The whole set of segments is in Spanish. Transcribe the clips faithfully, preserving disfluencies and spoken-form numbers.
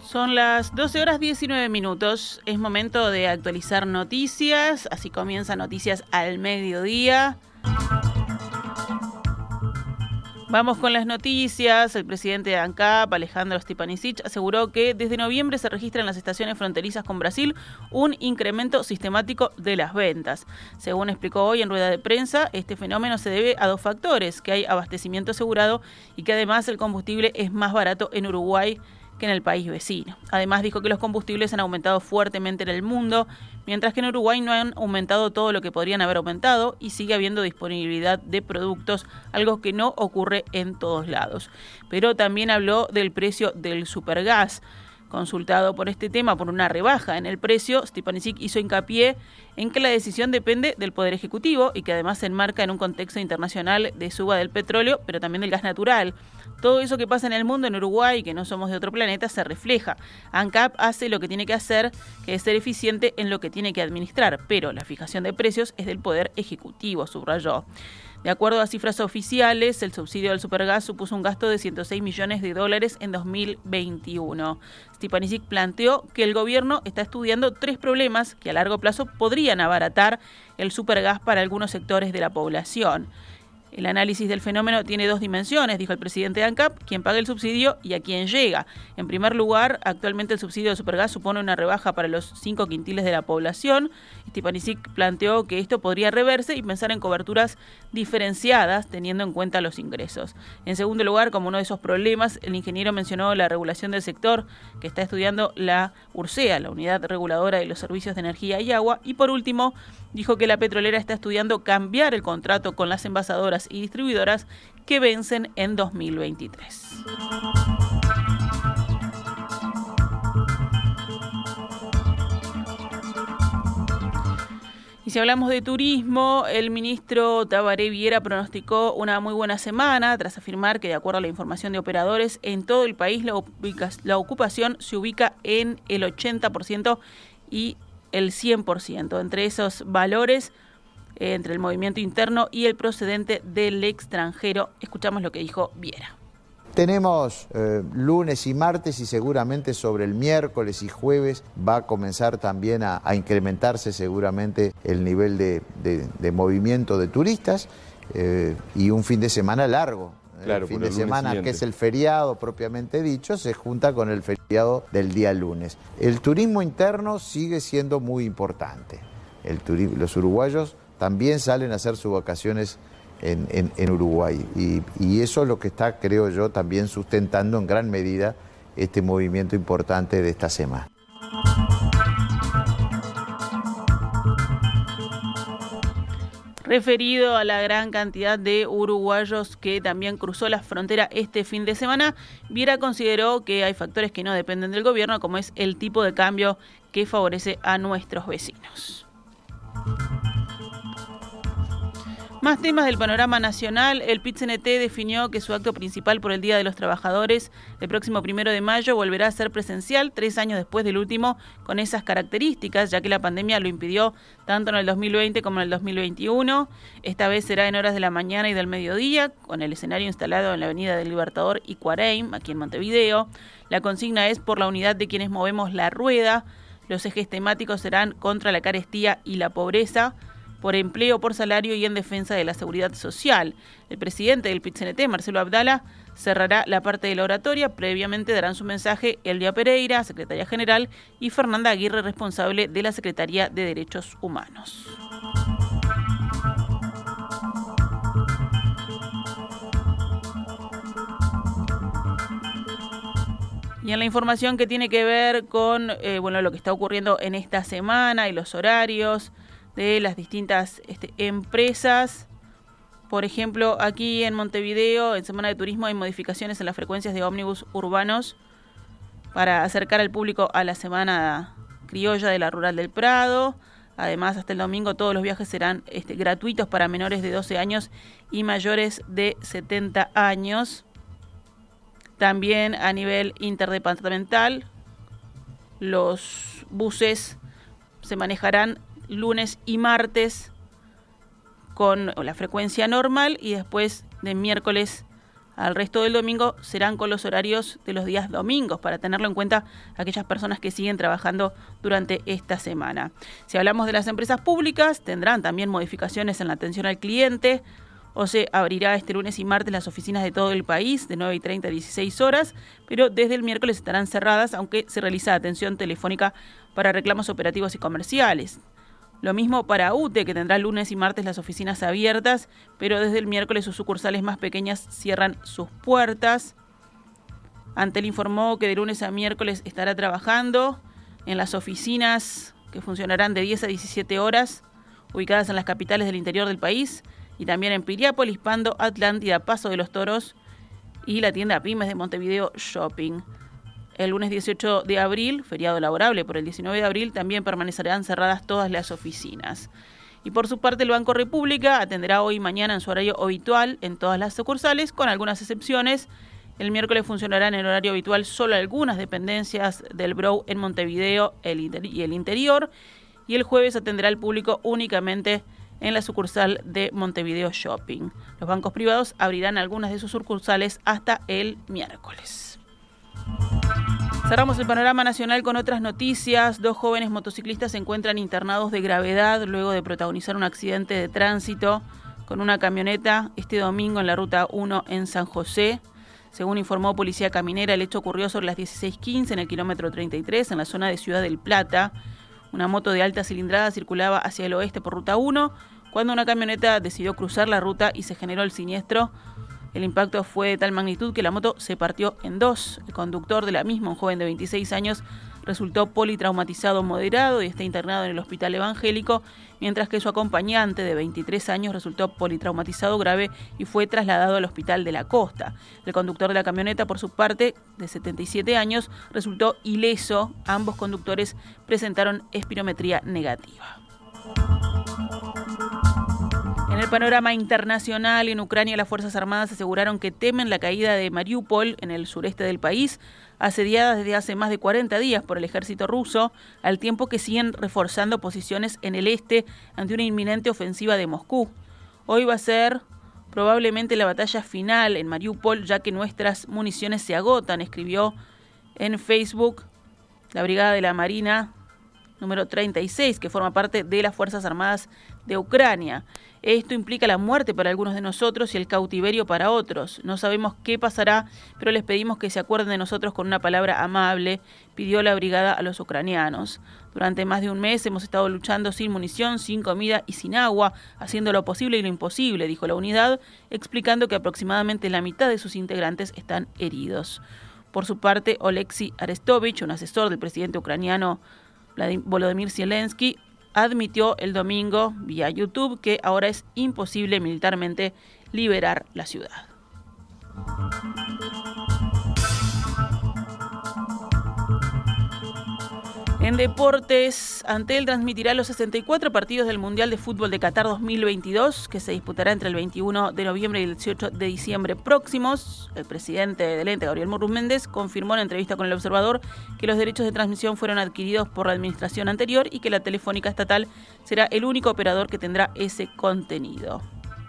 Son las doce horas diecinueve minutos. Es momento de actualizar noticias. Así comienza Noticias al Mediodía. Vamos con las noticias. El presidente de ANCAP, Alejandro Stepanisic, aseguró que desde noviembre se registra en las estaciones fronterizas con Brasil un incremento sistemático de las ventas. Según explicó hoy en rueda de prensa, este fenómeno se debe a dos factores: que hay abastecimiento asegurado y que además el combustible es más barato en Uruguay que en el país vecino. Además dijo que los combustibles han aumentado fuertemente en el mundo, mientras que en Uruguay no han aumentado todo lo que podrían haber aumentado y sigue habiendo disponibilidad de productos, algo que no ocurre en todos lados. Pero también habló del precio del supergas. Consultado por este tema por una rebaja en el precio, Stepanisic hizo hincapié en que la decisión depende del Poder Ejecutivo y que además se enmarca en un contexto internacional de suba del petróleo, pero también del gas natural. Todo eso que pasa en el mundo, en Uruguay, que no somos de otro planeta, se refleja. ANCAP hace lo que tiene que hacer, que es ser eficiente en lo que tiene que administrar, pero la fijación de precios es del Poder Ejecutivo, subrayó. De acuerdo a cifras oficiales, el subsidio del supergas supuso un gasto de ciento seis millones de dólares en dos mil veintiuno. Stepanisic planteó que el gobierno está estudiando tres problemas que a largo plazo podrían abaratar el supergas para algunos sectores de la población. El análisis del fenómeno tiene dos dimensiones, dijo el presidente de ANCAP: quién paga el subsidio y a quién llega. En primer lugar, actualmente el subsidio de supergas supone una rebaja para los cinco quintiles de la población. Stepanisic planteó que esto podría reverse y pensar en coberturas diferenciadas teniendo en cuenta los ingresos. En segundo lugar, como uno de esos problemas, el ingeniero mencionó la regulación del sector que está estudiando la URSEA, la Unidad Reguladora de los Servicios de Energía y Agua. Y por último, dijo que la petrolera está estudiando cambiar el contrato con las envasadoras y distribuidoras que vencen en dos mil veintitrés. Y si hablamos de turismo, el ministro Tabaré Viera pronosticó una muy buena semana tras afirmar que, de acuerdo a la información de operadores, en todo el país la, ubica, la ocupación se ubica en el ochenta por ciento y el cien por ciento. Entre esos valores, eh, entre el movimiento interno y el procedente del extranjero, escuchamos lo que dijo Viera. Tenemos eh, lunes y martes y seguramente sobre el miércoles y jueves va a comenzar también a, a incrementarse seguramente el nivel de, de, de movimiento de turistas eh, y un fin de semana largo. Claro, el fin de semana, siguiente, que es el feriado propiamente dicho, se junta con el feriado del día lunes. El turismo interno sigue siendo muy importante. El turismo, los uruguayos también salen a hacer sus vacaciones en, en, en Uruguay y, y eso es lo que está, creo yo, también sustentando en gran medida este movimiento importante de esta semana. Referido a la gran cantidad de uruguayos que también cruzó la frontera este fin de semana, Viera consideró que hay factores que no dependen del gobierno, como es el tipo de cambio que favorece a nuestros vecinos. Más temas del panorama nacional. El P I T C N T definió que su acto principal por el Día de los Trabajadores, el próximo primero de mayo, volverá a ser presencial, tres años después del último con esas características, ya que la pandemia lo impidió tanto en el dos mil veinte como en el dos mil veintiuno. Esta vez será en horas de la mañana y del mediodía, con el escenario instalado en la avenida del Libertador y Cuareim, aquí en Montevideo. La consigna es por la unidad de quienes movemos la rueda. Los ejes temáticos serán contra la carestía y la pobreza, por empleo, por salario y en defensa de la seguridad social. El presidente del P I T C N T, Marcelo Abdala, cerrará la parte de la oratoria. Previamente darán su mensaje Elvia Pereira, secretaria general, y Fernanda Aguirre, responsable de la Secretaría de Derechos Humanos. Y en la información que tiene que ver con eh, bueno, lo que está ocurriendo en esta semana y los horarios de las distintas este, empresas. Por ejemplo, aquí en Montevideo, en Semana de Turismo, hay modificaciones en las frecuencias de ómnibus urbanos para acercar al público a la Semana Criolla de la Rural del Prado. Además, hasta el domingo todos los viajes serán este, gratuitos para menores de doce años y mayores de setenta años. También a nivel interdepartamental, los buses se manejarán lunes y martes con la frecuencia normal y después de miércoles al resto del domingo serán con los horarios de los días domingos, para tenerlo en cuenta aquellas personas que siguen trabajando durante esta semana. Si hablamos de las empresas públicas, tendrán también modificaciones en la atención al cliente. OCE abrirá este lunes y martes las oficinas de todo el país de nueve y treinta a dieciséis horas, pero desde el miércoles estarán cerradas, aunque se realiza atención telefónica para reclamos operativos y comerciales. Lo mismo para U T E, que tendrá lunes y martes las oficinas abiertas, pero desde el miércoles sus sucursales más pequeñas cierran sus puertas. Antel informó que de lunes a miércoles estará trabajando en las oficinas que funcionarán de diez a diecisiete horas, ubicadas en las capitales del interior del país, y también en Piriápolis, Pando, Atlántida, Paso de los Toros y la tienda Pymes de Montevideo Shopping. El lunes dieciocho de abril, feriado laborable por el diecinueve de abril, también permanecerán cerradas todas las oficinas. Y por su parte, el Banco República atenderá hoy y mañana en su horario habitual en todas las sucursales, con algunas excepciones. El miércoles funcionarán en horario habitual solo algunas dependencias del B R O en Montevideo y el interior, y el jueves atenderá al público únicamente en la sucursal de Montevideo Shopping. Los bancos privados abrirán algunas de sus sucursales hasta el miércoles. Cerramos el panorama nacional con otras noticias. Dos jóvenes motociclistas se encuentran internados de gravedad luego de protagonizar un accidente de tránsito con una camioneta este domingo en la Ruta uno en San José. Según informó Policía Caminera, el hecho ocurrió sobre las dieciséis quince en el kilómetro treinta y tres en la zona de Ciudad del Plata. Una moto de alta cilindrada circulaba hacia el oeste por Ruta uno cuando una camioneta decidió cruzar la ruta y se generó el siniestro. El impacto fue de tal magnitud que la moto se partió en dos. El conductor de la misma, un joven de veintiséis años, resultó politraumatizado moderado y está internado en el Hospital Evangélico, mientras que su acompañante de veintitrés años resultó politraumatizado grave y fue trasladado al Hospital de la Costa. El conductor de la camioneta, por su parte, de setenta y siete años, resultó ileso. Ambos conductores presentaron espirometría negativa. En el panorama internacional, en Ucrania, las Fuerzas Armadas aseguraron que temen la caída de Mariúpol, en el sureste del país, asediada desde hace más de cuarenta días por el ejército ruso, al tiempo que siguen reforzando posiciones en el este ante una inminente ofensiva de Moscú. Hoy va a ser probablemente la batalla final en Mariúpol, ya que nuestras municiones se agotan, escribió en Facebook la Brigada de la Marina número treinta y seis, que forma parte de las Fuerzas Armadas de Ucrania. Esto implica la muerte para algunos de nosotros y el cautiverio para otros. No sabemos qué pasará, pero les pedimos que se acuerden de nosotros con una palabra amable, pidió la brigada a los ucranianos. Durante más de un mes hemos estado luchando sin munición, sin comida y sin agua, haciendo lo posible y lo imposible, dijo la unidad, explicando que aproximadamente la mitad de sus integrantes están heridos. Por su parte, Oleksiy Arestovich, un asesor del presidente ucraniano Volodymyr Zelensky, admitió el domingo vía YouTube que ahora es imposible militarmente liberar la ciudad. En deportes, Antel transmitirá los sesenta y cuatro partidos del Mundial de Fútbol de Qatar dos mil veintidós, que se disputará entre el veintiuno de noviembre y el dieciocho de diciembre próximos. El presidente del ente, Gabriel Morrus Méndez, confirmó en entrevista con El Observador que los derechos de transmisión fueron adquiridos por la administración anterior y que la Telefónica Estatal será el único operador que tendrá ese contenido.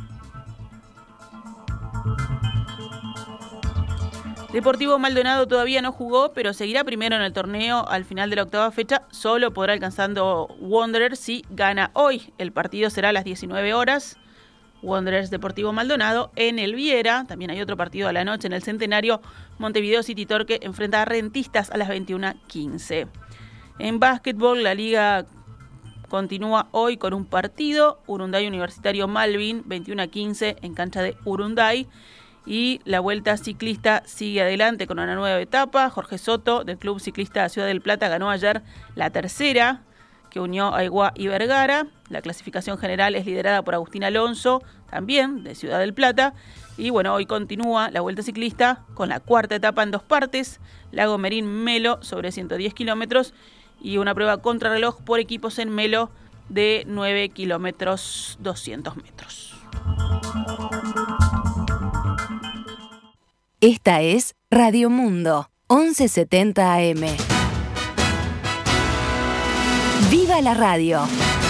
Deportivo Maldonado todavía no jugó, pero seguirá primero en el torneo al final de la octava fecha. Solo podrá alcanzando Wanderers si gana hoy. El partido será a las diecinueve horas. Wanderers Deportivo Maldonado en el Viera. También hay otro partido a la noche en el Centenario. Montevideo City Torque enfrenta a Rentistas a las veintiuna quince. En básquetbol, la liga continúa hoy con un partido. Urunday Universitario Malvin, veintiuna quince en cancha de Urunday. Y la Vuelta Ciclista sigue adelante con una nueva etapa. Jorge Soto, del Club Ciclista Ciudad del Plata, ganó ayer la tercera, que unió a Aiguá y Vergara. La clasificación general es liderada por Agustín Alonso, también de Ciudad del Plata. Y bueno, hoy continúa la Vuelta Ciclista con la cuarta etapa en dos partes. Lago Merín Melo sobre ciento diez kilómetros y una prueba contrarreloj por equipos en Melo de nueve kilómetros doscientos metros. Esta es Radio Mundo, once setenta A M. ¡Viva la radio!